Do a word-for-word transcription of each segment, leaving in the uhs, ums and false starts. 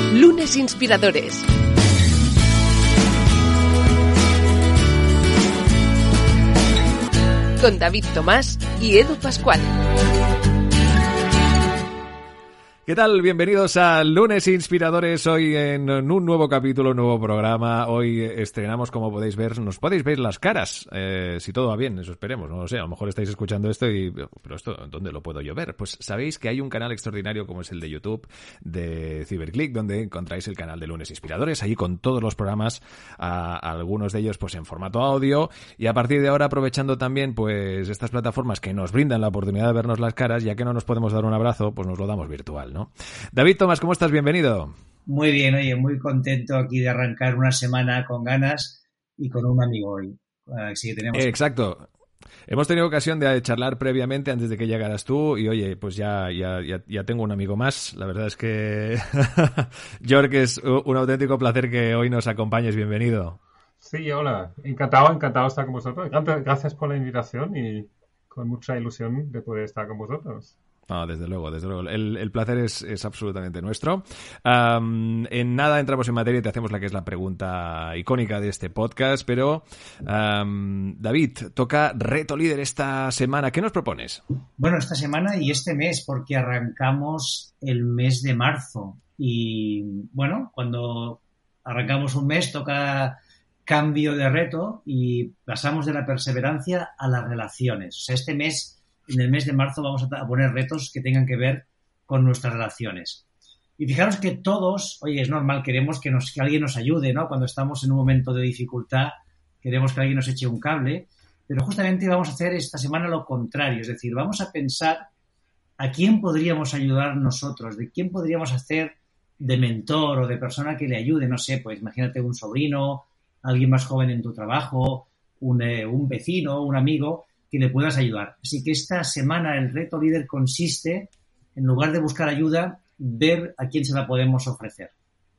Lunes Inspiradores. Con David Tomás y Edu Pascual. ¿Qué tal? Bienvenidos a Lunes Inspiradores, hoy en un nuevo capítulo, un nuevo programa. Hoy estrenamos, como podéis ver, nos podéis ver las caras, eh, si todo va bien, eso esperemos, no lo sé, a lo mejor estáis escuchando esto y, pero esto, ¿dónde lo puedo yo ver? Pues sabéis que hay un canal extraordinario como es el de YouTube de Ciberclick, donde encontráis el canal de Lunes Inspiradores, allí con todos los programas, a, a algunos de ellos pues en formato audio, y a partir de ahora aprovechando también pues estas plataformas que nos brindan la oportunidad de vernos las caras, ya que no nos podemos dar un abrazo, pues nos lo damos virtual, ¿no? David Tomás, ¿cómo estás? Bienvenido. Muy bien, oye, muy contento aquí de arrancar una semana con ganas y con un amigo hoy. Así que tenemos... Exacto. Hemos tenido ocasión de charlar previamente antes de que llegaras tú y oye, pues ya, ya, ya, ya tengo un amigo más. La verdad es que, George, es un auténtico placer que hoy nos acompañes. Bienvenido. Sí, hola. Encantado, encantado de estar con vosotros. Gracias por la invitación y con mucha ilusión de poder estar con vosotros. No, desde luego, desde luego. El, el placer es, es absolutamente nuestro. Um, en nada entramos en materia y te hacemos la que es la pregunta icónica de este podcast, pero um, David, toca Reto Líder esta semana. ¿Qué nos propones? Bueno, esta semana y este mes, porque arrancamos el mes de marzo. Y bueno, cuando arrancamos un mes toca cambio de reto y pasamos de la perseverancia a las relaciones. O sea, este mes... En el mes de marzo vamos a poner retos que tengan que ver con nuestras relaciones. Y fijaros que todos, oye, es normal, queremos que, nos, que alguien nos ayude, ¿no? Cuando estamos en un momento de dificultad, queremos que alguien nos eche un cable, pero justamente vamos a hacer esta semana lo contrario, es decir, vamos a pensar a quién podríamos ayudar nosotros, de quién podríamos hacer de mentor o de persona que le ayude, no sé, pues imagínate un sobrino, alguien más joven en tu trabajo, un, eh, un vecino, un amigo que le puedas ayudar. Así que esta semana el reto líder consiste, en lugar de buscar ayuda, ver a quién se la podemos ofrecer.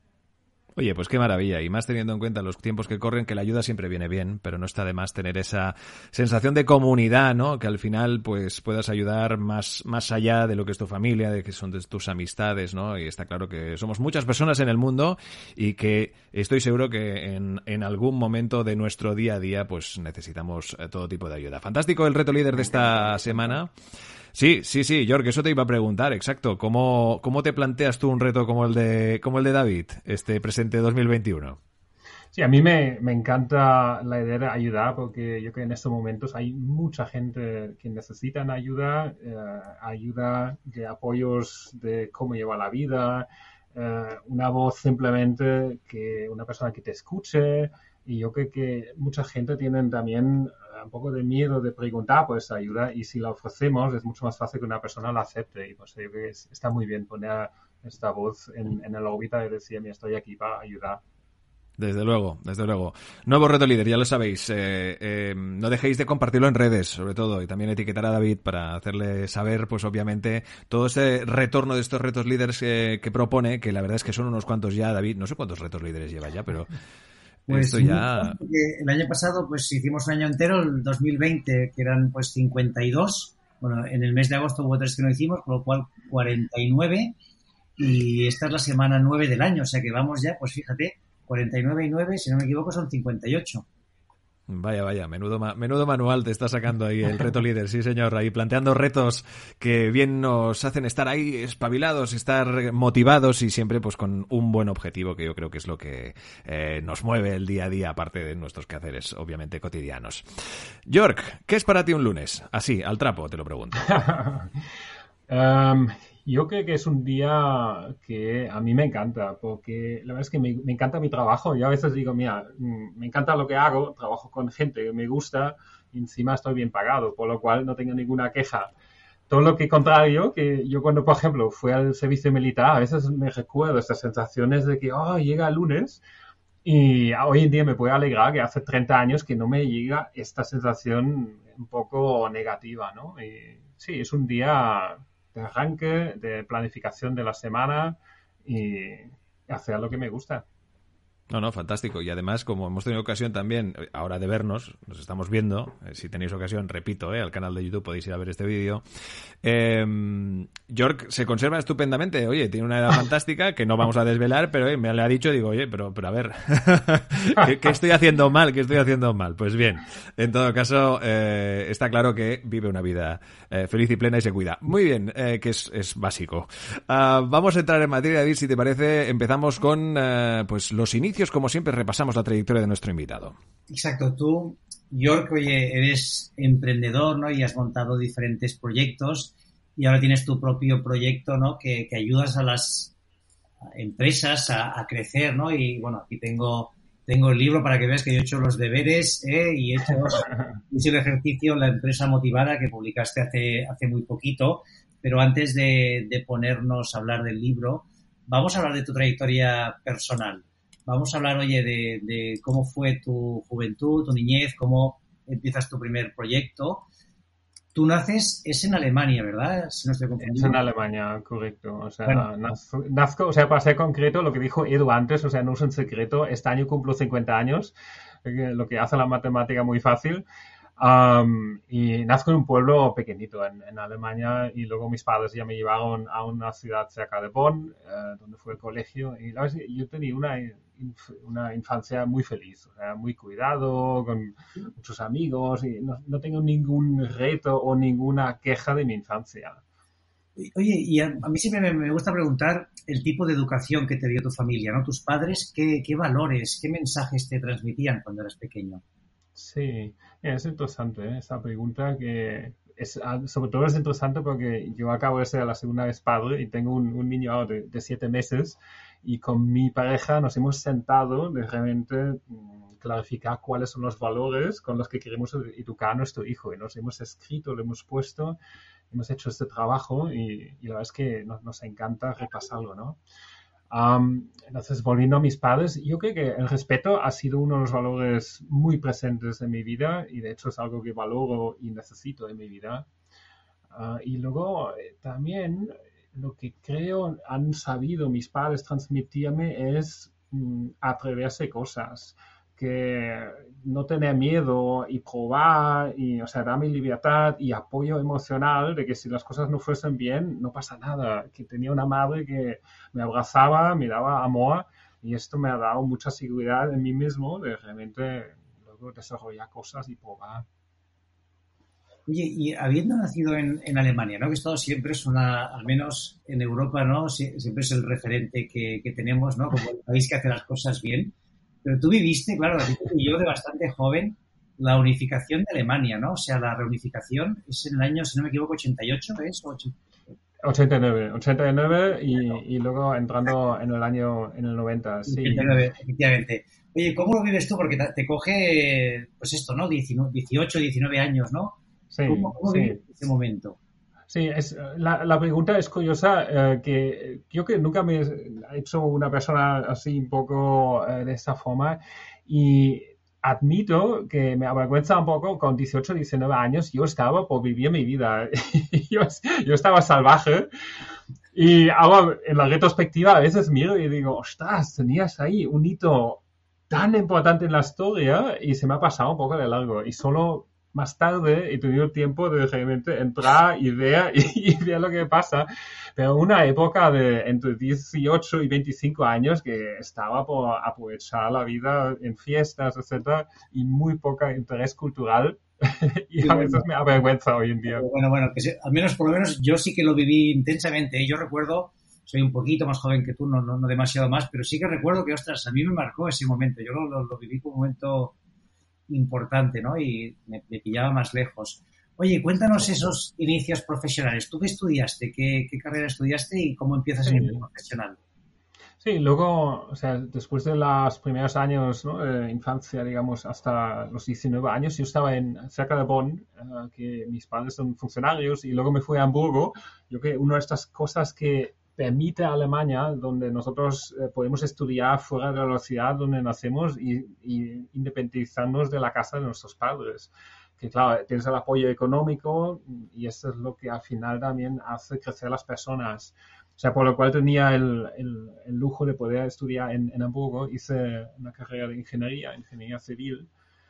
Oye, pues qué maravilla, y más teniendo en cuenta los tiempos que corren, que la ayuda siempre viene bien, pero no está de más tener esa sensación de comunidad, ¿no? Que al final pues puedas ayudar más, más allá de lo que es tu familia, de que son de tus amistades, ¿no? Y está claro que somos muchas personas en el mundo y que estoy seguro que en, en algún momento de nuestro día a día pues necesitamos todo tipo de ayuda. Fantástico el reto líder de esta semana. Sí, sí, sí, Jorge, eso te iba a preguntar, exacto. ¿Cómo, cómo te planteas tú un reto como el de como el de David, este presente dos mil veintiuno? Sí, a mí me, me encanta la idea de ayudar porque yo creo que en estos momentos hay mucha gente que necesitan ayuda, eh, ayuda de apoyos de cómo llevar la vida, eh, una voz simplemente, que una persona que te escuche. Y yo creo que mucha gente tiene también un poco de miedo de preguntar por esa ayuda y si la ofrecemos es mucho más fácil que una persona la acepte. Y pues yo creo que es, está muy bien poner esta voz en, en el órbita y decir, mira, estoy aquí para ayudar. Desde luego, desde luego. Nuevo reto líder, ya lo sabéis. Eh, eh, no dejéis de compartirlo en redes, sobre todo, y también etiquetar a David para hacerle saber, pues obviamente, todo ese retorno de estos retos líderes que, que propone, que la verdad es que son unos cuantos ya, David. No sé cuántos retos líderes lleva ya, pero... Pues esto ya... el año pasado pues hicimos un año entero, el dos mil veinte, que eran pues cincuenta y dos. Bueno, en el mes de agosto hubo tres que no hicimos, con lo cual cuarenta y nueve. Y esta es la semana nueve del año, o sea que vamos ya, pues fíjate, cuarenta y nueve y nueve, si no me equivoco, son cincuenta y ocho. Vaya, vaya, menudo, menudo manual te está sacando ahí el reto líder, sí señor, ahí planteando retos que bien nos hacen estar ahí espabilados, estar motivados y siempre pues con un buen objetivo, que yo creo que es lo que eh, nos mueve el día a día, aparte de nuestros quehaceres, obviamente, cotidianos. York, ¿qué es para ti un lunes? Así, al trapo, te lo pregunto. um... Yo creo que es un día que a mí me encanta, porque la verdad es que me, me encanta mi trabajo. Yo a veces digo, mira, me encanta lo que hago, trabajo con gente que me gusta y encima estoy bien pagado, por lo cual no tengo ninguna queja. Todo lo que contrario, que yo cuando, por ejemplo, fui al servicio militar, a veces me recuerdo estas sensaciones de que, oh, llega el lunes y hoy en día me puede alegrar que hace treinta años que no me llega esta sensación un poco negativa, ¿no? Y sí, es un día de arranque, de planificación de la semana y hacer lo que me gusta. No, no, fantástico. Y además, como hemos tenido ocasión también ahora de vernos, nos estamos viendo, eh, si tenéis ocasión, repito, eh, al canal de YouTube podéis ir a ver este vídeo. Eh, York se conserva estupendamente. Oye, tiene una edad fantástica que no vamos a desvelar, pero eh, me le ha dicho, digo, oye, pero, pero a ver, ¿qué, ¿qué estoy haciendo mal? ¿Qué estoy haciendo mal? Pues bien, en todo caso, eh, está claro que vive una vida eh, feliz y plena y se cuida. Muy bien, eh, que es, es básico. Uh, vamos a entrar en materia, David, si te parece. Empezamos con uh, pues los inicios. Como siempre, repasamos la trayectoria de nuestro invitado. Exacto. Tú, York, oye, eres emprendedor, ¿no? Y has montado diferentes proyectos y ahora tienes tu propio proyecto, ¿no? Que, que ayudas a las empresas a, a crecer, ¿no? Y bueno, aquí tengo, tengo el libro para que veas que yo he hecho los deberes, ¿eh? Y he hecho, he hecho el ejercicio La empresa motivada que publicaste hace, hace muy poquito. Pero antes de, de ponernos a hablar del libro, vamos a hablar de tu trayectoria personal. Vamos a hablar, oye, de, de cómo fue tu juventud, tu niñez, cómo empiezas tu primer proyecto. Tú naces, es en Alemania, ¿verdad? Si no estoy confundido. Es en Alemania, correcto. O sea, bueno. nazco, nazco, o sea, para ser concreto, lo que dijo Edu antes, o sea, no es un secreto. Este año cumplo cincuenta años, lo que hace la matemática muy fácil. Um, y nazco en un pueblo pequeñito en, en Alemania y luego mis padres ya me llevaron a una ciudad cerca de Bonn, eh, donde fue el colegio, y la verdad es que yo tenía una, una infancia muy feliz, o sea, muy cuidado, con muchos amigos, y no, no tengo ningún reto o ninguna queja de mi infancia. Oye, y a, a mí siempre me, me gusta preguntar el tipo de educación que te dio tu familia, ¿no? Tus padres, ¿qué, qué valores, qué mensajes te transmitían cuando eras pequeño? Sí, es interesante, ¿eh? Esta pregunta que es, sobre todo es interesante porque yo acabo de ser la segunda vez padre y tengo un, un niño ahora de, de siete meses y con mi pareja nos hemos sentado de realmente mmm, clarificar cuáles son los valores con los que queremos educar a nuestro hijo y nos hemos escrito, lo hemos puesto, hemos hecho este trabajo y, y la verdad es que nos, nos encanta repasarlo, ¿no? Um, entonces, volviendo a mis padres, yo creo que el respeto ha sido uno de los valores muy presentes en mi vida y de hecho es algo que valoro y necesito en mi vida. Uh, y luego eh, también lo que creo han sabido mis padres transmitirme es mm, atreverse cosas, que no tener miedo y probar, y, o sea, darme libertad y apoyo emocional de que si las cosas no fuesen bien, no pasa nada. Que tenía una madre que me abrazaba, me daba amor y esto me ha dado mucha seguridad en mí mismo de realmente luego desarrollar cosas y probar. Oye, y habiendo nacido en, en Alemania, ¿no? Que esto siempre es una, al menos en Europa, ¿no? Sie- siempre es el referente que, que tenemos, ¿no? Como el país que hace las cosas bien. Pero tú viviste, claro, y yo de bastante joven, la unificación de Alemania, ¿no? O sea, la reunificación es en el año, si no me equivoco, ochenta y ocho, ¿es? ochenta y nueve, ochenta y nueve y, y luego entrando en el año, en el noventa, sí. ochenta y nueve, efectivamente. Oye, ¿cómo lo vives tú? Porque te, te coge, pues esto, ¿no? dieciocho, diecinueve años, ¿no? Sí, ¿Cómo, cómo sí. vives ese momento? Sí, es, la, la pregunta es curiosa, eh, que yo que nunca me he hecho una persona así un poco eh, de esta forma y admito que me avergüenza un poco con dieciocho, diecinueve años, yo estaba por vivir mi vida, yo, yo estaba salvaje y ahora en la retrospectiva a veces miro y digo, ostras, tenías ahí un hito tan importante en la historia y se me ha pasado un poco de largo y solo más tarde he tenido tiempo de realmente entrar y ver, y, y ver lo que pasa. Pero una época de entre dieciocho y veinticinco años que estaba por aprovechar la vida en fiestas, etcétera, y muy poco interés cultural. Y a veces me avergüenza hoy en día. Bueno, bueno, que se, al menos, por lo menos, yo sí que lo viví intensamente, ¿eh? Yo recuerdo, soy un poquito más joven que tú, no, no, no demasiado más, pero sí que recuerdo que, ostras, a mí me marcó ese momento. Yo lo, lo, lo viví como un momento importante, ¿no? Y me, me pillaba más lejos. Oye, cuéntanos esos inicios profesionales. ¿Tú qué estudiaste? ¿Qué, qué carrera estudiaste y cómo empiezas Sí. en el profesional? Sí, luego, o sea, después de los primeros años, ¿no? de infancia, digamos, hasta los diecinueve años, yo estaba en cerca de Bonn, uh, que mis padres son funcionarios, y luego me fui a Hamburgo. Yo creo que una de estas cosas que permite a Alemania, donde nosotros eh, podemos estudiar fuera de la ciudad donde nacemos y, y independizarnos de la casa de nuestros padres. Que claro, tienes el apoyo económico y eso es lo que al final también hace crecer a las personas. sea, por lo cual tenía el, el, el lujo de poder estudiar en, en Hamburgo. Hice una carrera de ingeniería, ingeniería civil.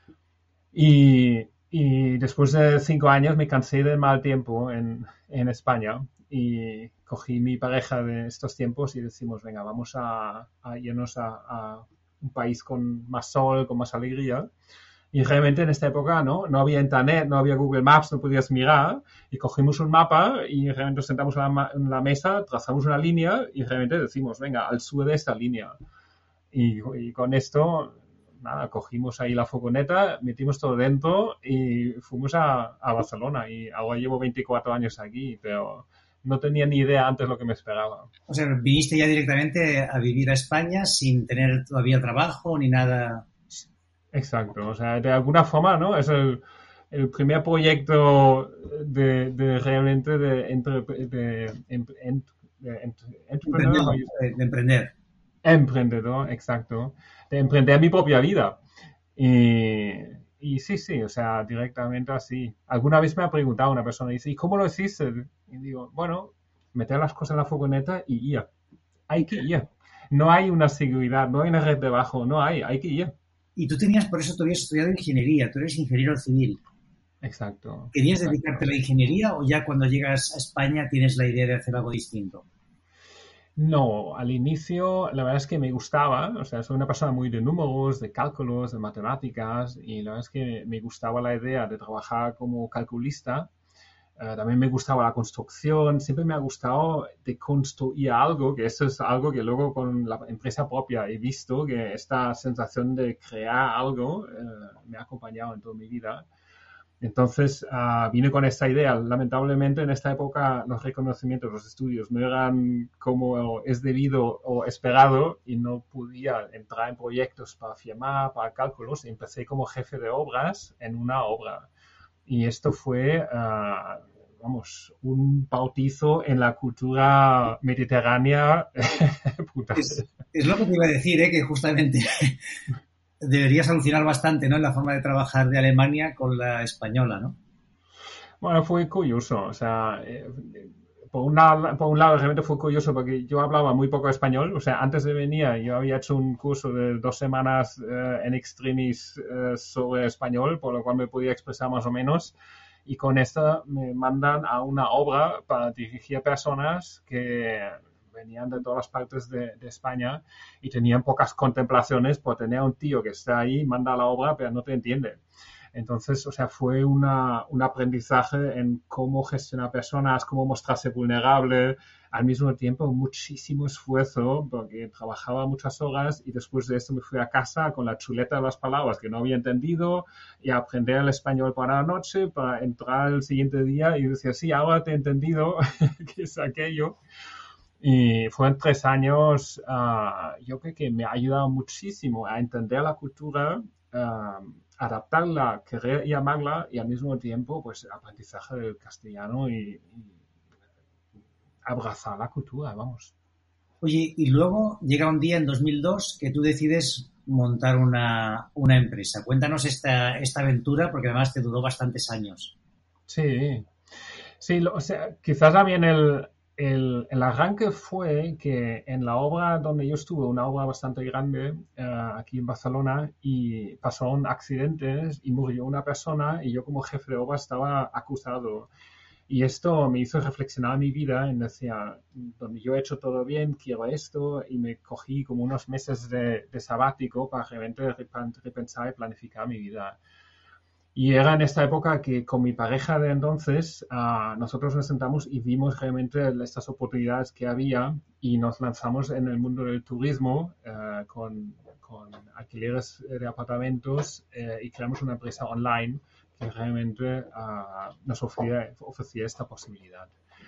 Y, y después de cinco años me cansé del mal tiempo en, en España y cogí mi pareja de estos tiempos y decimos, venga, vamos a, a irnos a, a un país con más sol, con más alegría. Y realmente en esta época no, no había internet, no había Google Maps, no podías mirar. Y cogimos un mapa y realmente nos sentamos en la, en la mesa, trazamos una línea y realmente decimos, venga, al sur de esta línea. Y, y con esto, nada, cogimos ahí la furgoneta, metimos todo dentro y fuimos a, a Barcelona. Y ahora llevo veinticuatro años aquí, pero no tenía ni idea antes lo que me esperaba. O sea, viniste ya directamente a vivir a España sin tener todavía trabajo ni nada. Exacto, o sea, de alguna forma, ¿no? Es el, el primer proyecto de, de realmente de, entre, de, de, de, de, Emprendedor, de emprender. Emprendedor, exacto. De emprender mi propia vida. Y, y sí, sí, o sea, directamente así. Alguna vez me ha preguntado una persona y dice, ¿y cómo lo hiciste? Y digo, bueno, meter las cosas en la furgoneta y ir. Hay que ir. No hay una seguridad, no hay una red debajo, no hay, hay que ir. Y tú tenías, por eso tú habías estudiado ingeniería, tú eres ingeniero civil. Exacto. ¿Querías exacto. dedicarte a la ingeniería o ya cuando llegas a España tienes la idea de hacer algo distinto? No, al inicio la verdad es que me gustaba, o sea, soy una persona muy de números, de cálculos, de matemáticas y la verdad es que me gustaba la idea de trabajar como calculista. Uh, también me gustaba la construcción, siempre me ha gustado de construir algo, que eso es algo que luego con la empresa propia he visto, que esta sensación de crear algo uh, me ha acompañado en toda mi vida. Entonces uh, vine con esta idea. Lamentablemente en esta época los reconocimientos, los estudios no eran como es debido o esperado y no podía entrar en proyectos para firmar, para cálculos. Empecé como jefe de obras en una obra. Y esto fue, uh, vamos, un bautizo en la cultura mediterránea. es, es lo que te iba a decir, ¿eh? Que justamente deberías alucinar bastante, ¿no? En la forma de trabajar de Alemania con la española, ¿no? Bueno, fue curioso. O sea, eh, por, una, por un lado realmente fue curioso porque yo hablaba muy poco español. O sea, antes de venir yo había hecho un curso de dos semanas eh, en extremis eh, sobre español, por lo cual me podía expresar más o menos. Y con esto me mandan a una obra para dirigir a personas que venían de todas las partes de, de España y tenían pocas contemplaciones por tener a un tío que está ahí, manda la obra, pero no te entiende. Entonces, o sea, fue una, un aprendizaje en cómo gestionar personas, cómo mostrarse vulnerable, al mismo tiempo muchísimo esfuerzo, porque trabajaba muchas horas y después de esto me fui a casa con la chuleta de las palabras que no había entendido y a aprender el español para la noche, para entrar el siguiente día y decir, sí, ahora te he entendido qué es aquello. Y fueron tres años, uh, yo creo que me ha ayudado muchísimo a entender la cultura, uh, adaptarla, querer y amarla y al mismo tiempo, pues, aprendizaje del castellano y, y abrazar la cultura, vamos. Oye, y luego llega un día en dos mil dos que tú decides montar una, una empresa. Cuéntanos esta, esta aventura porque además te duró bastantes años. Sí, sí, lo, o sea, quizás también el... El, el arranque fue que en la obra donde yo estuve, una obra bastante grande uh, aquí en Barcelona, y pasaron accidentes y murió una persona y yo como jefe de obra estaba acusado. Y esto me hizo reflexionar mi vida y decía, donde yo he hecho todo bien, quiero esto, y me cogí como unos meses de, de sabático para realmente repensar y planificar mi vida. Y era en esta época que con mi pareja de entonces uh, nosotros nos sentamos y vimos realmente estas oportunidades que había y nos lanzamos en el mundo del turismo uh, con, con alquileres de apartamentos uh, y creamos una empresa online que realmente uh, nos ofrecía, ofrecía esta posibilidad.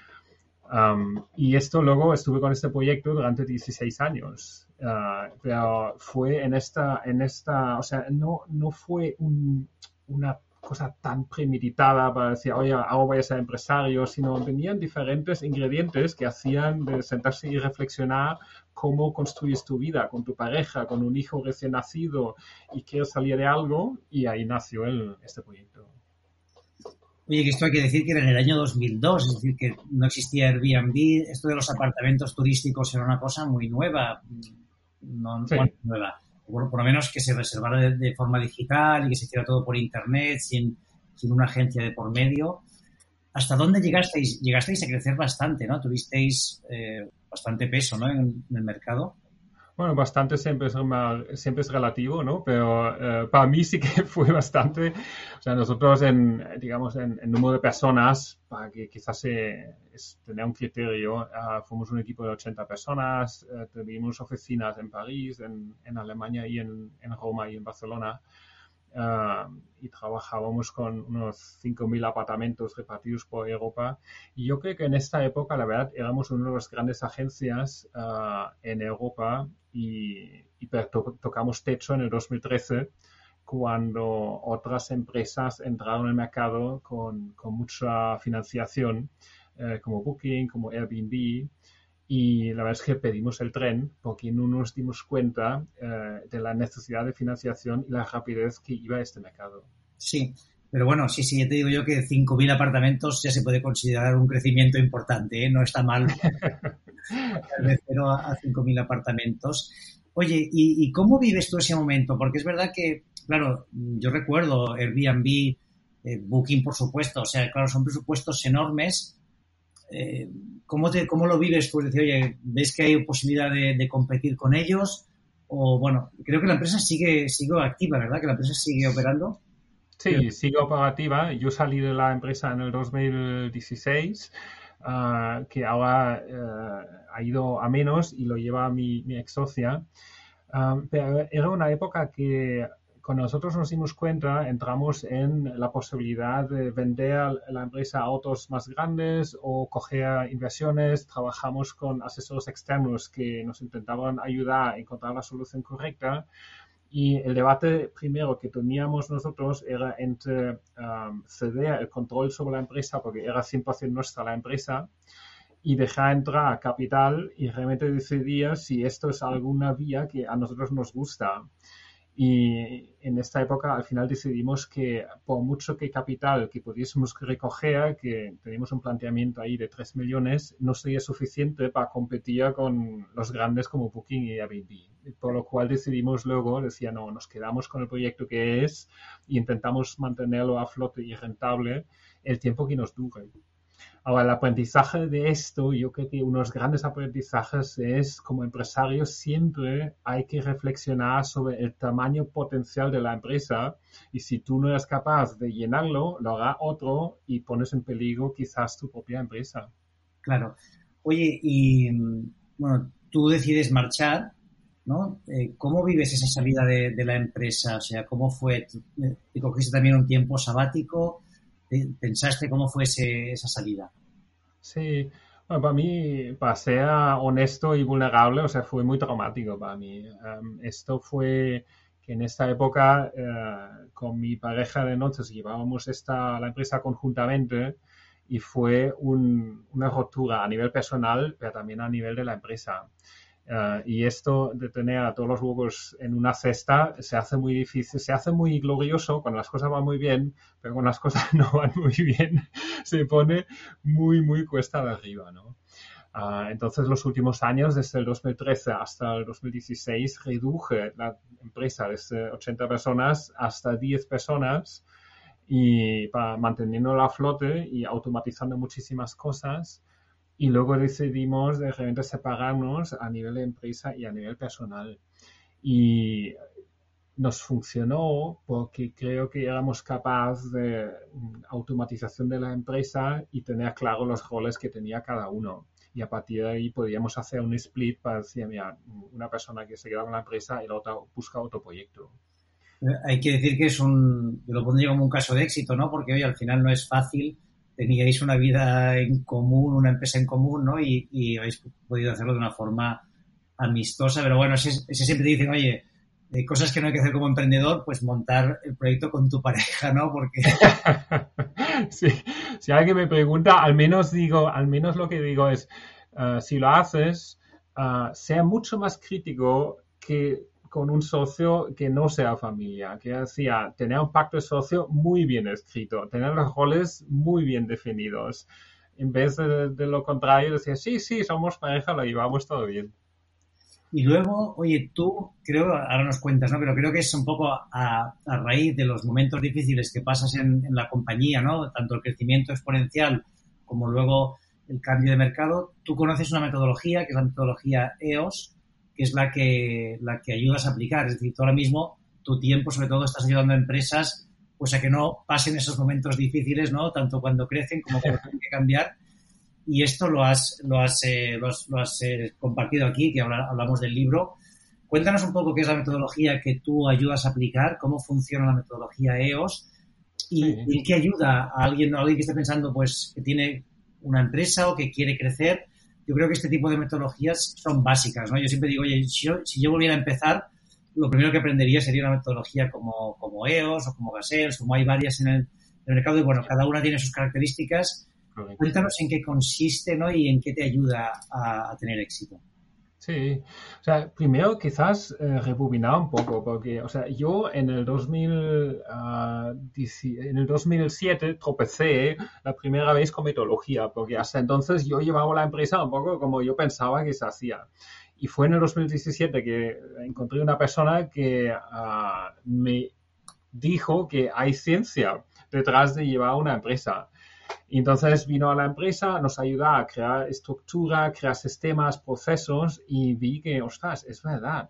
Um, y esto luego estuve con este proyecto durante dieciséis años. Uh, pero fue en esta, en esta, o sea, no, no fue un... una cosa tan premeditada para decir, oye, ahora voy a ser empresario, sino venían diferentes ingredientes que hacían de sentarse y reflexionar cómo construyes tu vida con tu pareja, con un hijo recién nacido y quieres salir de algo, y ahí nació el, este proyecto. Oye, que esto hay que decir que era en el año dos mil dos, es decir, que no existía Airbnb, esto de los apartamentos turísticos era una cosa muy nueva, no, Sí. bueno, nueva, por, por lo menos que se reservara de, de forma digital y que se hiciera todo por internet, sin, sin una agencia de por medio. ¿Hasta dónde llegasteis? Llegasteis a crecer bastante, ¿no? Tuvisteis eh, bastante peso, ¿no? En, en el mercado. Bueno, bastante siempre es, mal- siempre es relativo, ¿no? Pero eh, para mí sí que fue bastante. O sea, nosotros en, digamos, en, en número de personas, para que quizás eh, es, tener un criterio, uh, fuimos un equipo de ochenta personas, uh, tuvimos oficinas en París, en, en Alemania y en, en Roma y en Barcelona. Uh, y trabajábamos con unos cinco mil apartamentos repartidos por Europa. Y yo creo que en esta época, la verdad, éramos una de las grandes agencias uh, en Europa y, y to- tocamos techo en el dos mil trece cuando otras empresas entraron en el mercado con, con mucha financiación, eh, como Booking, como Airbnb. Y la verdad es que pedimos el tren porque no nos dimos cuenta eh, de la necesidad de financiación y la rapidez que iba este mercado. Sí, pero bueno, sí, sí, ya te digo yo que cinco mil apartamentos ya se puede considerar un crecimiento importante, ¿eh? No está mal de cero a cinco mil apartamentos. Oye, ¿y, ¿y cómo vives tú ese momento? Porque es verdad que, claro, yo recuerdo Airbnb, eh, Booking, por supuesto, o sea, claro, son presupuestos enormes. Eh, ¿cómo, te, ¿Cómo lo vives tú? Es decir, oye, ¿ves que hay posibilidad de, de competir con ellos? O, bueno, creo que la empresa sigue, sigue activa, ¿verdad? Que la empresa sigue operando. Sí, sigue operativa. Yo salí de la empresa en el dos mil dieciséis, uh, que ahora uh, ha ido a menos y lo lleva mi, mi ex socia. Um, pero era una época que cuando nosotros nos dimos cuenta, entramos en la posibilidad de vender la empresa a otros más grandes o coger inversiones. Trabajamos con asesores externos que nos intentaban ayudar a encontrar la solución correcta. Y el debate primero que teníamos nosotros era entre um, ceder el control sobre la empresa, porque era cien por ciento nuestra la empresa, y dejar entrar capital y realmente decidir si esto es alguna vía que a nosotros nos gusta. Y en esta época al final decidimos que por mucho que capital que pudiésemos recoger, que teníamos un planteamiento ahí de tres millones, no sería suficiente para competir con los grandes como Booking y Airbnb. Por lo cual decidimos luego, decía, no, nos quedamos con el proyecto que es y intentamos mantenerlo a flote y rentable el tiempo que nos dure. Ahora, el aprendizaje de esto, yo creo que uno de los grandes aprendizajes es, como empresario, siempre hay que reflexionar sobre el tamaño potencial de la empresa y si tú no eres capaz de llenarlo, lo hará otro y pones en peligro quizás tu propia empresa. Claro. Oye, y bueno, tú decides marchar, ¿no? Eh, ¿Cómo vives esa salida de, de la empresa? O sea, ¿cómo fue? ¿Te cogiste también un tiempo sabático? ¿Pensaste cómo fue ese, esa salida? Sí, bueno, para mí, para ser honesto y vulnerable, o sea, fue muy traumático para mí. Um, esto fue que en esta época, uh, con mi pareja de noches, llevábamos esta, la empresa conjuntamente y fue un, una ruptura a nivel personal, pero también a nivel de la empresa. Uh, y esto de tener a todos los huevos en una cesta se hace muy difícil, se hace muy glorioso cuando las cosas van muy bien, pero cuando las cosas no van muy bien se pone muy, muy cuesta de arriba, ¿no? Uh, entonces, los últimos años, desde el dos mil trece hasta el dos mil dieciséis, reduje la empresa desde ochenta personas hasta diez personas y para manteniéndola a flote y automatizando muchísimas cosas. Y luego decidimos de repente separarnos a nivel de empresa y a nivel personal. Y nos funcionó porque creo que éramos capaces de automatización de la empresa y tener claro los roles que tenía cada uno. Y a partir de ahí podíamos hacer un split para decir, mira, una persona que se queda con la empresa y la otra busca otro proyecto. Hay que decir que es un, yo lo pondría como un caso de éxito, ¿no? Porque hoy al final no es fácil. Teníais una vida en común, una empresa en común, ¿no? Y, y habéis podido hacerlo de una forma amistosa. Pero bueno, ese, ese siempre te dicen, oye, eh, cosas que no hay que hacer como emprendedor, pues montar el proyecto con tu pareja, ¿no? Porque... sí, si alguien me pregunta, al menos digo, al menos lo que digo es, uh, si lo haces, uh, sea mucho más crítico que con un socio que no sea familia, que decía, tener un pacto de socio muy bien escrito, tener los roles muy bien definidos. En vez de, de lo contrario, decía, sí, sí, somos pareja, lo llevamos todo bien. Y luego, oye, tú, creo, ahora nos cuentas, ¿no? Pero creo que es un poco a, a raíz de los momentos difíciles que pasas en, en la compañía, ¿no? Tanto el crecimiento exponencial como luego el cambio de mercado. Tú conoces una metodología, que es la metodología E O S, que es la que, la que ayudas a aplicar. Es decir, tú ahora mismo, tu tiempo, sobre todo, estás ayudando a empresas pues a que no pasen esos momentos difíciles, ¿no? Tanto cuando crecen como cuando tienen que cambiar. Y esto lo has, lo has, eh, lo has, lo has eh, compartido aquí, que ahora hablamos del libro. Cuéntanos un poco qué es la metodología que tú ayudas a aplicar, cómo funciona la metodología E O S y, sí. y en qué ayuda a alguien, a alguien que esté pensando pues que tiene una empresa o que quiere crecer. Yo creo que este tipo de metodologías son básicas, ¿no? Yo siempre digo, oye, si yo, si yo volviera a empezar, lo primero que aprendería sería una metodología como, como E O S o como Gazelles, como hay varias en el, en el mercado y bueno, cada una tiene sus características. Correcto. Cuéntanos en qué consiste, ¿no? Y en qué te ayuda a, a tener éxito. Sí, o sea, primero quizás eh, rebobinar un poco, porque, o sea, yo en el dos mil, uh, en el dos mil siete tropecé la primera vez con metodología, porque hasta entonces yo llevaba la empresa un poco como yo pensaba que se hacía. Y fue en el dos mil diecisiete que encontré una persona que uh, me dijo que hay ciencia detrás de llevar una empresa. Y entonces vino a la empresa, nos ayuda a crear estructura, crear sistemas, procesos y vi que, ostras, es verdad.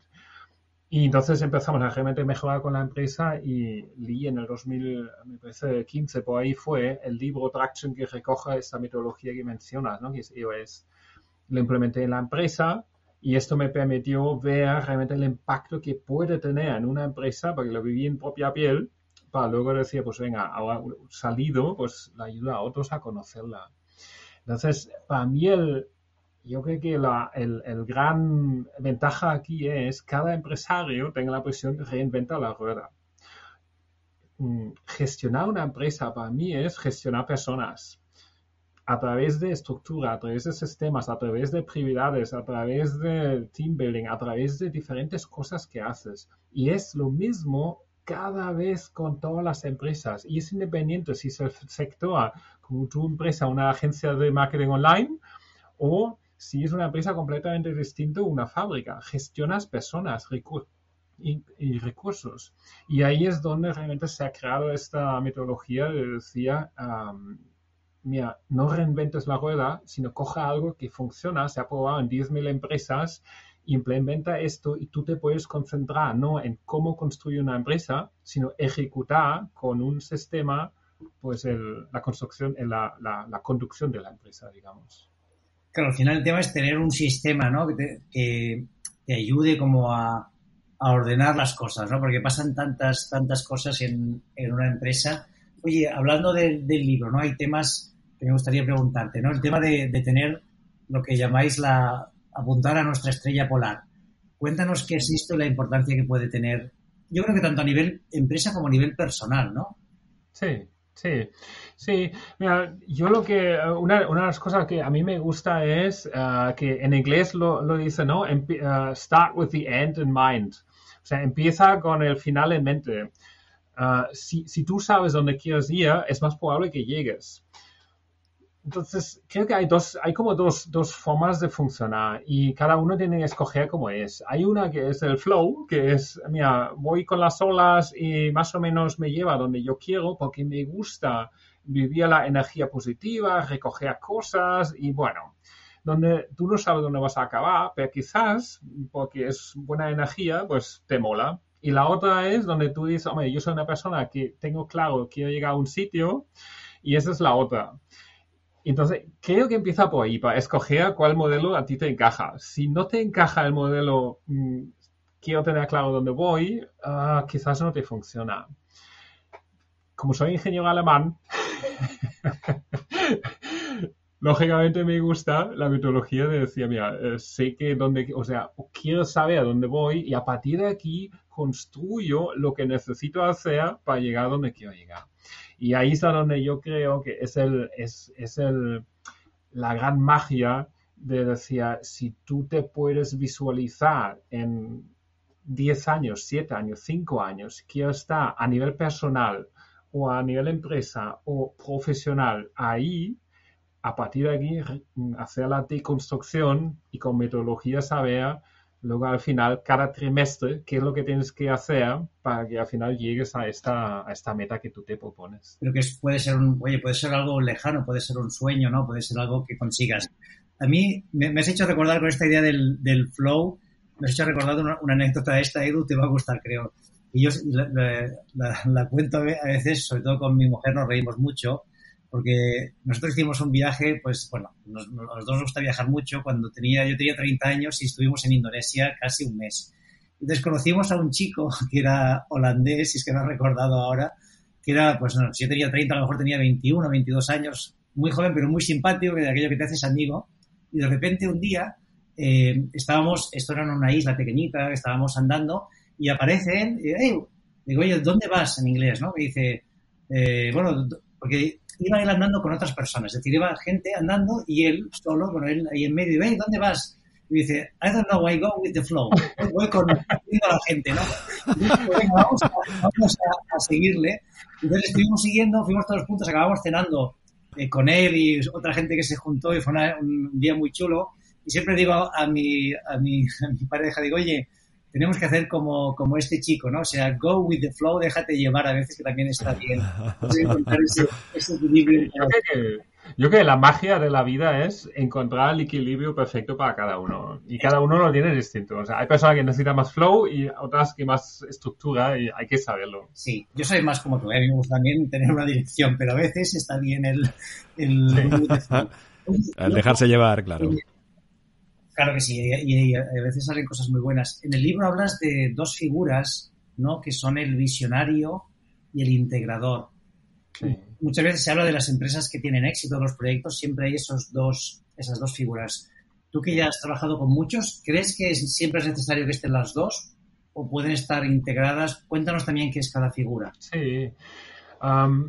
Y entonces empezamos a realmente mejorar con la empresa y leí en el dos mil quince, por ahí fue, el libro Traction que recoge esta metodología que mencionas, ¿no? Que es E O S. Lo implementé en la empresa y esto me permitió ver realmente el impacto que puede tener en una empresa, porque lo viví en propia piel. Para luego decía, pues venga, ahora salido, pues la ayuda a otros a conocerla. Entonces, para mí, el, yo creo que la el, el gran ventaja aquí es cada empresario tenga la presión de reinventar la rueda. Gestionar una empresa para mí es gestionar personas. A través de estructura, a través de sistemas, a través de prioridades, a través de team building, a través de diferentes cosas que haces. Y es lo mismo cada vez con todas las empresas y es independiente si es el sector como tu empresa, una agencia de marketing online o si es una empresa completamente distinta, una fábrica. Gestionas personas recur- y, y recursos y ahí es donde realmente se ha creado esta metodología de decía um, mira, no reinventes la rueda, sino coja algo que funciona, se ha probado en diez mil empresas, implementa esto y tú te puedes concentrar no en cómo construir una empresa, sino ejecutar con un sistema pues el, la construcción, la, la, la conducción de la empresa, digamos. Claro, al final el tema es tener un sistema, ¿no? Que te, que te ayude como a, a ordenar las cosas, ¿no? Porque pasan tantas, tantas cosas en, en una empresa. Oye, hablando de, del libro, ¿no? Hay temas que me gustaría preguntarte, ¿no? El tema de, de tener lo que llamáis la apuntar a nuestra estrella polar. Cuéntanos qué es esto y la importancia que puede tener, yo creo que tanto a nivel empresa como a nivel personal, ¿no? Sí, sí, sí. Mira, yo lo que, una, una de las cosas que a mí me gusta es uh, que en inglés lo, lo dice, ¿no? Empi- uh, start with the end in mind. O sea, empieza con el final en mente. Uh, si, si tú sabes dónde quieres ir, es más probable que llegues. Entonces, creo que hay dos, hay como dos, dos formas de funcionar y cada uno tiene que escoger cómo es. Hay una que es el flow, que es, mira, voy con las olas y más o menos me lleva donde yo quiero porque me gusta vivir la energía positiva, recoger cosas y bueno, donde tú no sabes dónde vas a acabar, pero quizás porque es buena energía, pues te mola. Y la otra es donde tú dices, hombre, yo soy una persona que tengo claro, quiero llegar a un sitio y esa es la otra. Entonces, creo que empieza por ahí, para escoger cuál modelo a ti te encaja. Si no te encaja el modelo, mmm, quiero tener claro dónde voy, uh, quizás no te funciona. Como soy ingeniero alemán, lógicamente me gusta la metodología de decir, mira, eh, sé que dónde, o sea, quiero saber a dónde voy y a partir de aquí construyo lo que necesito hacer para llegar a donde quiero llegar. Y ahí es donde yo creo que es, el, es, es el, la gran magia de decir, si tú te puedes visualizar en diez años, siete años, cinco años, quiero estar a nivel personal o a nivel empresa o profesional ahí, a partir de aquí hacer la deconstrucción y con metodología saber luego al final cada trimestre qué es lo que tienes que hacer para que al final llegues a esta, a esta meta que tú te propones. Creo que es, puede ser un, oye, puede ser algo lejano, puede ser un sueño, ¿no? Puede ser algo que consigas. A mí me, me has hecho recordar con esta idea del, del flow, me has hecho recordar una, una anécdota esta, Edu, te va a gustar, creo. Y yo la, la, la, la cuento a veces, sobre todo con mi mujer, nos reímos mucho, porque nosotros hicimos un viaje, pues bueno, nos, nos, a los dos nos gusta viajar mucho. Cuando tenía, yo tenía treinta años y estuvimos en Indonesia casi un mes. Entonces conocimos a un chico que era holandés, si es que no he recordado ahora, que era, pues no, si yo tenía treinta, a lo mejor tenía veintiuno, veintidós años, muy joven, pero muy simpático, que de aquello que te haces amigo. Y de repente un día eh, estábamos, esto era en una isla pequeñita, estábamos andando y aparece él, y hey, digo, oye, ¿dónde vas? En inglés, ¿no? Me dice, eh, bueno, porque iba él andando con otras personas, es decir, iba gente andando y él solo, con él ahí en medio, y hey, ¿dónde vas? Y dice, I don't know, I go with the flow. Voy con a la gente, ¿no? Y dice, bueno, vamos, a, vamos a, a seguirle. Entonces estuvimos siguiendo, fuimos todos juntos, acabamos cenando eh, con él y otra gente que se juntó y fue una, un día muy chulo. Y siempre digo a, a, mi, a, mi, a mi pareja, digo, oye, tenemos que hacer como, como este chico, ¿no? O sea, go with the flow, déjate llevar a veces, que también está bien. Entonces, encontrar ese, ese equilibrio. Yo creo, que, yo creo que la magia de la vida es encontrar el equilibrio perfecto para cada uno. Y cada uno lo tiene distinto. O sea, hay personas que necesitan más flow y otras que más estructura y hay que saberlo. Sí, yo soy más como tú, ¿eh? A mí me gusta también tener una dirección, pero a veces está bien el... El, sí. el dejarse llevar, claro. Claro que sí, y, y a veces salen cosas muy buenas. En el libro hablas de dos figuras, ¿no? Que son el visionario y el integrador. Sí. Muchas veces se habla de las empresas que tienen éxito, los proyectos, siempre hay esos dos, esas dos figuras. Tú que ya has trabajado con muchos, ¿crees que es, siempre es necesario que estén las dos o pueden estar integradas? Cuéntanos también qué es cada figura. Sí. Um...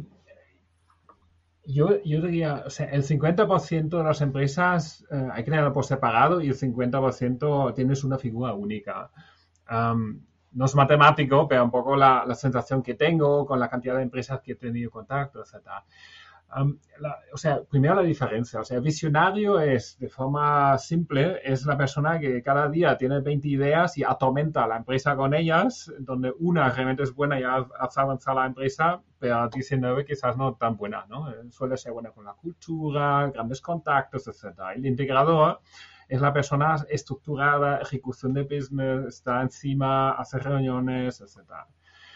Yo, yo diría, o sea, el cincuenta por ciento de las empresas eh, hay que tenerlo por separado y el cincuenta por ciento tienes una figura única. Um, no es matemático, pero un poco la, la sensación que tengo con la cantidad de empresas que he tenido contacto, etcétera. Um, la, o sea, primero la diferencia. O sea, visionario es, de forma simple, es la persona que cada día tiene veinte ideas y atormenta a la empresa con ellas, donde una realmente es buena y hace avanzar la empresa, pero diecinueve quizás no tan buena, ¿no? Suele ser buena con la cultura, grandes contactos, etcétera. El integrador es la persona estructurada, ejecución de business, está encima, hace reuniones, etcétera.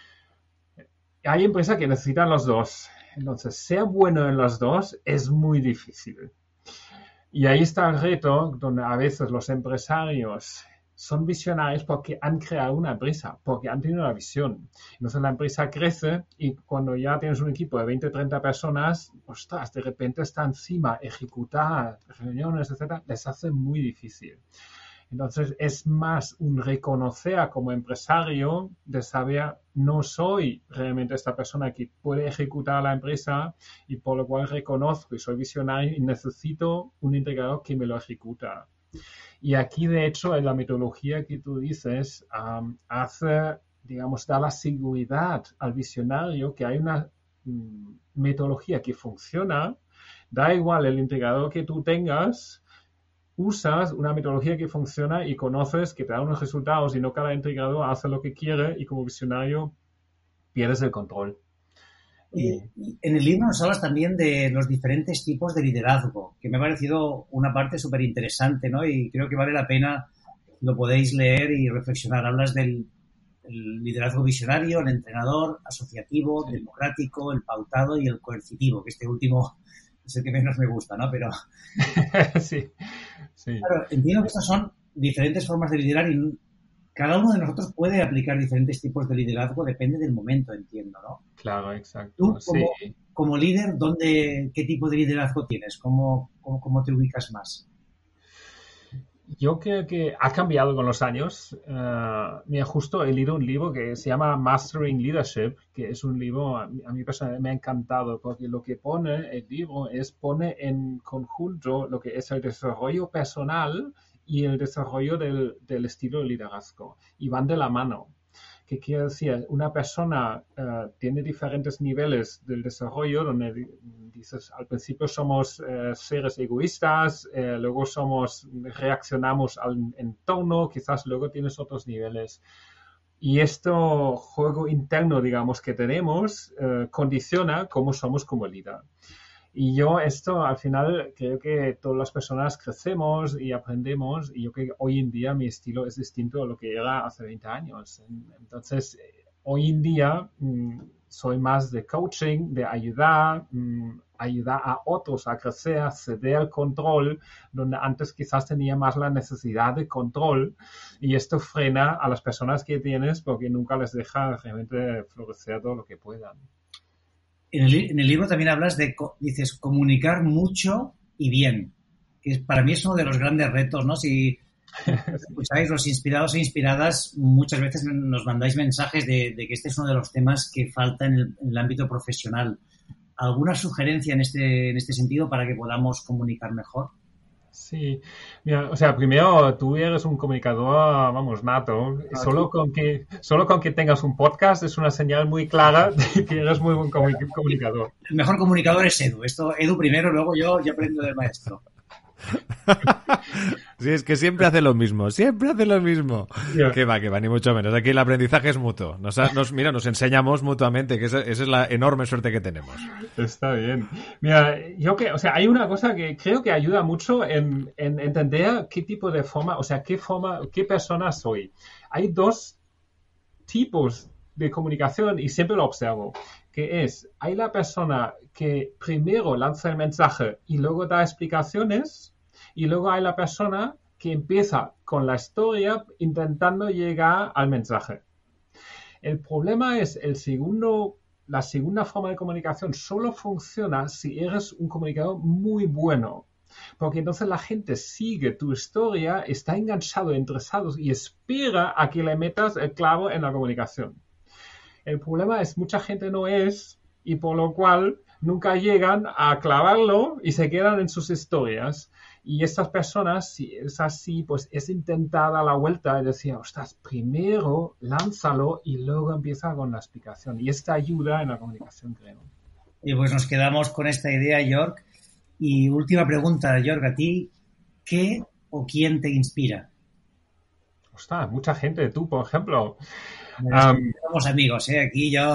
Hay empresas que necesitan los dos. Entonces, ser bueno en los dos es muy difícil. Y ahí está el reto, donde a veces los empresarios son visionarios porque han creado una empresa, porque han tenido una visión. Entonces, la empresa crece y cuando ya tienes un equipo de veinte, treinta personas, ostras, de repente está encima, ejecutar reuniones, etcétera, les hace muy difícil. Entonces, es más un reconocer como empresario de saber, no soy realmente esta persona que puede ejecutar la empresa y por lo cual reconozco y soy visionario y necesito un integrador que me lo ejecuta. Y aquí, de hecho, en la metodología que tú dices, um, hace, digamos, da la seguridad al visionario que hay una um, metodología que funciona, da igual el integrador que tú tengas, usas una metodología que funciona y conoces que te da unos resultados y no cada integrador hace lo que quiere y como visionario pierdes el control. Y en el libro nos hablas también de los diferentes tipos de liderazgo, que me ha parecido una parte súper interesante, ¿no? Y creo que vale la pena, lo podéis leer y reflexionar. Hablas del el liderazgo visionario, el entrenador, asociativo, sí. democrático, el pautado y el coercitivo, que este último es el que menos me gusta, ¿no? Pero sí, sí. Claro, entiendo que estas son diferentes formas de liderar y cada uno de nosotros puede aplicar diferentes tipos de liderazgo, depende del momento, entiendo, ¿no? Claro, exacto. Tú, como, sí. como líder, ¿dónde, qué tipo de liderazgo tienes? ¿Cómo, cómo, cómo te ubicas más? Yo creo que ha cambiado con los años. Uh, mira, justo he leído un libro que se llama Mastering Leadership, que es un libro, a mí, a mí personalmente me ha encantado, porque lo que pone el libro es, pone en conjunto lo que es el desarrollo personal y el desarrollo del, del estilo de liderazgo. Y van de la mano. ¿Qué quiere decir? Una persona uh, tiene diferentes niveles del desarrollo, donde dices, al principio somos uh, seres egoístas, uh, luego somos, reaccionamos al entorno, quizás luego tienes otros niveles. Y este juego interno, digamos, que tenemos, uh, condiciona cómo somos como líder. Y yo esto, al final, creo que todas las personas crecemos y aprendemos, y yo creo que hoy en día mi estilo es distinto a lo que era hace veinte años. Entonces, hoy en día mmm, soy más de coaching, de ayudar, mmm, ayudar a otros a crecer, a ceder el control, donde antes quizás tenía más la necesidad de control, y esto frena a las personas que tienes porque nunca les deja realmente florecer todo lo que puedan. En el, en el libro también hablas de, dices, comunicar mucho y bien, que para mí es uno de los grandes retos, ¿no? Si escucháis, los inspirados e inspiradas, muchas veces nos mandáis mensajes de, de que este es uno de los temas que falta en el, en el ámbito profesional. ¿Alguna sugerencia en este, en este sentido para que podamos comunicar mejor? Sí, mira, o sea, primero tú eres un comunicador, vamos, nato. Ah, solo con que solo con que tengas un podcast es una señal muy clara de que eres muy buen comunicador. El mejor comunicador es Edu. Esto, Edu primero, luego yo, yo aprendo del maestro. Sí, es que siempre hace lo mismo, siempre hace lo mismo. Yeah. Que va, que va, ni mucho menos. Aquí el aprendizaje es mutuo. Nos, nos, mira, nos enseñamos mutuamente, que esa, esa es la enorme suerte que tenemos. Está bien. Mira, yo que, o sea, hay una cosa que creo que ayuda mucho en, en entender qué tipo de forma, o sea, qué forma, qué persona soy. Hay dos tipos de comunicación y siempre lo observo, que es, hay la persona que primero lanza el mensaje y luego da explicaciones, y luego hay la persona que empieza con la historia intentando llegar al mensaje. El problema es el segundo, la segunda forma de comunicación solo funciona si eres un comunicador muy bueno, porque entonces la gente sigue tu historia, está enganchado, interesado y espera a que le metas el clavo en la comunicación. El problema es mucha gente no es, y por lo cual nunca llegan a clavarlo y se quedan en sus historias. Y estas personas, si es así, pues es intentar dar la vuelta y decir, ostras, primero lánzalo y luego empieza con la explicación. Y esta ayuda en la comunicación, creo. Y pues nos quedamos con esta idea, York. Y última pregunta, York, a ti, ¿qué o quién te inspira? Ostras, mucha gente, tú, por ejemplo. Um, somos amigos, ¿eh? Aquí yo...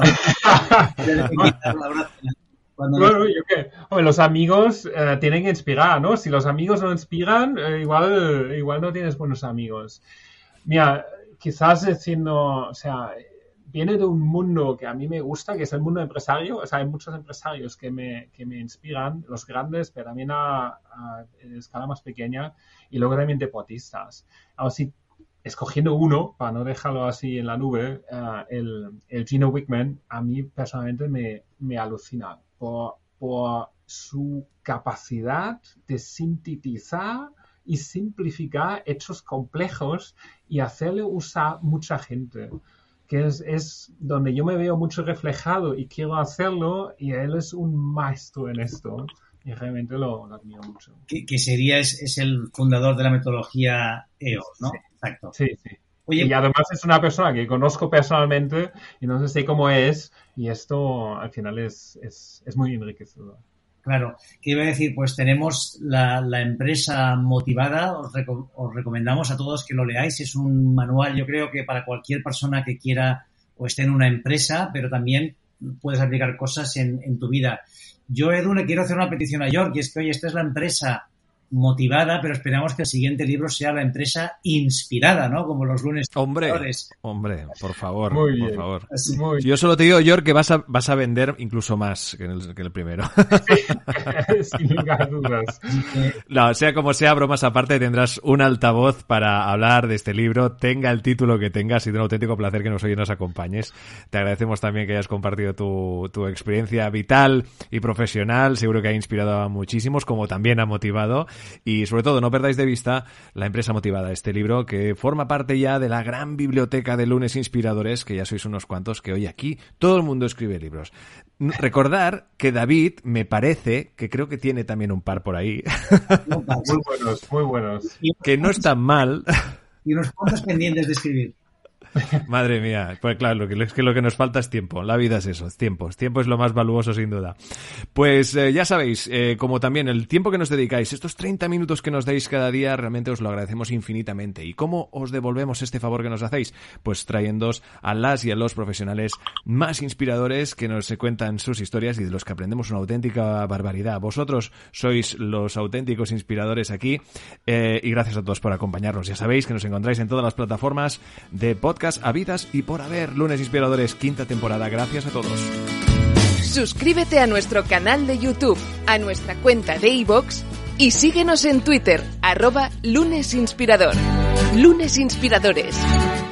Cuando bueno, nos... yo qué. Hombre, los amigos eh, tienen que inspirar, ¿no? Si los amigos no inspiran, eh, igual, igual no tienes buenos amigos. Mira, quizás diciendo, o sea, viene de un mundo que a mí me gusta, que es el mundo empresario. O sea, hay muchos empresarios que me, que me inspiran, los grandes, pero también a, a escala más pequeña, y luego también deportistas. Ahora sí, escogiendo uno, para no dejarlo así en la nube, uh, el, el Gino Wickman, a mí personalmente me, me alucina por, por su capacidad de sintetizar y simplificar hechos complejos y hacerle usar mucha gente, que es, es donde yo me veo mucho reflejado y quiero hacerlo, y él es un maestro en esto. Y realmente lo, lo admiro mucho. Que, que sería, es, es el fundador de la metodología E O S, ¿no? Sí. Exacto. Sí, sí. Oye, y además es una persona que conozco personalmente y no sé cómo es, y esto al final es, es, es muy enriquecedor. Claro. ¿Qué iba a decir? Pues tenemos la, la empresa motivada, os, reco- os recomendamos a todos que lo leáis. Es un manual, yo creo que para cualquier persona que quiera o esté en una empresa, pero también puedes aplicar cosas en, en tu vida. Yo, Edu, le quiero hacer una petición a York, y es que, oye, esta es la empresa motivada, pero esperamos que el siguiente libro sea la empresa inspirada, ¿no? Como los lunes. Hombre, hombre, por favor, muy bien, por favor. Así. Muy Yo solo te digo, York, que vas a, vas a vender incluso más que el, que el primero. Sin lugar a dudas. No, sea como sea, bromas aparte, tendrás un altavoz para hablar de este libro, tenga el título que tenga. Ha sido un auténtico placer que nos hoy nos acompañes. Te agradecemos también que hayas compartido tu, tu experiencia vital y profesional. Seguro que ha inspirado a muchísimos, como también ha motivado. Y sobre todo, no perdáis de vista La empresa motivada, este libro que forma parte ya de la gran biblioteca de Lunes Inspiradores, que ya sois unos cuantos, que hoy aquí todo el mundo escribe libros. Recordar que David, me parece, que creo que tiene también un par por ahí. Muy buenos, muy buenos. Que no están mal. Y unos cuantos pendientes de escribir. Madre mía, pues claro, lo que, es que lo que nos falta es tiempo. La vida es eso, tiempo. Tiempo es lo más valuoso sin duda. Pues eh, ya sabéis, eh, como también el tiempo que nos dedicáis, estos treinta minutos que nos dais cada día, realmente os lo agradecemos infinitamente. ¿Y cómo os devolvemos este favor que nos hacéis? Pues trayéndoos a las y a los profesionales más inspiradores que nos cuentan sus historias y de los que aprendemos una auténtica barbaridad. Vosotros sois los auténticos inspiradores aquí eh, y gracias a todos por acompañarnos. Ya sabéis que nos encontráis en todas las plataformas de podcast habidas y por haber. Lunes Inspiradores, quinta temporada. Gracias a todos. Suscríbete a nuestro canal de YouTube, a nuestra cuenta de iVoox y síguenos en Twitter, arroba Lunes Inspirador. Lunes Inspiradores.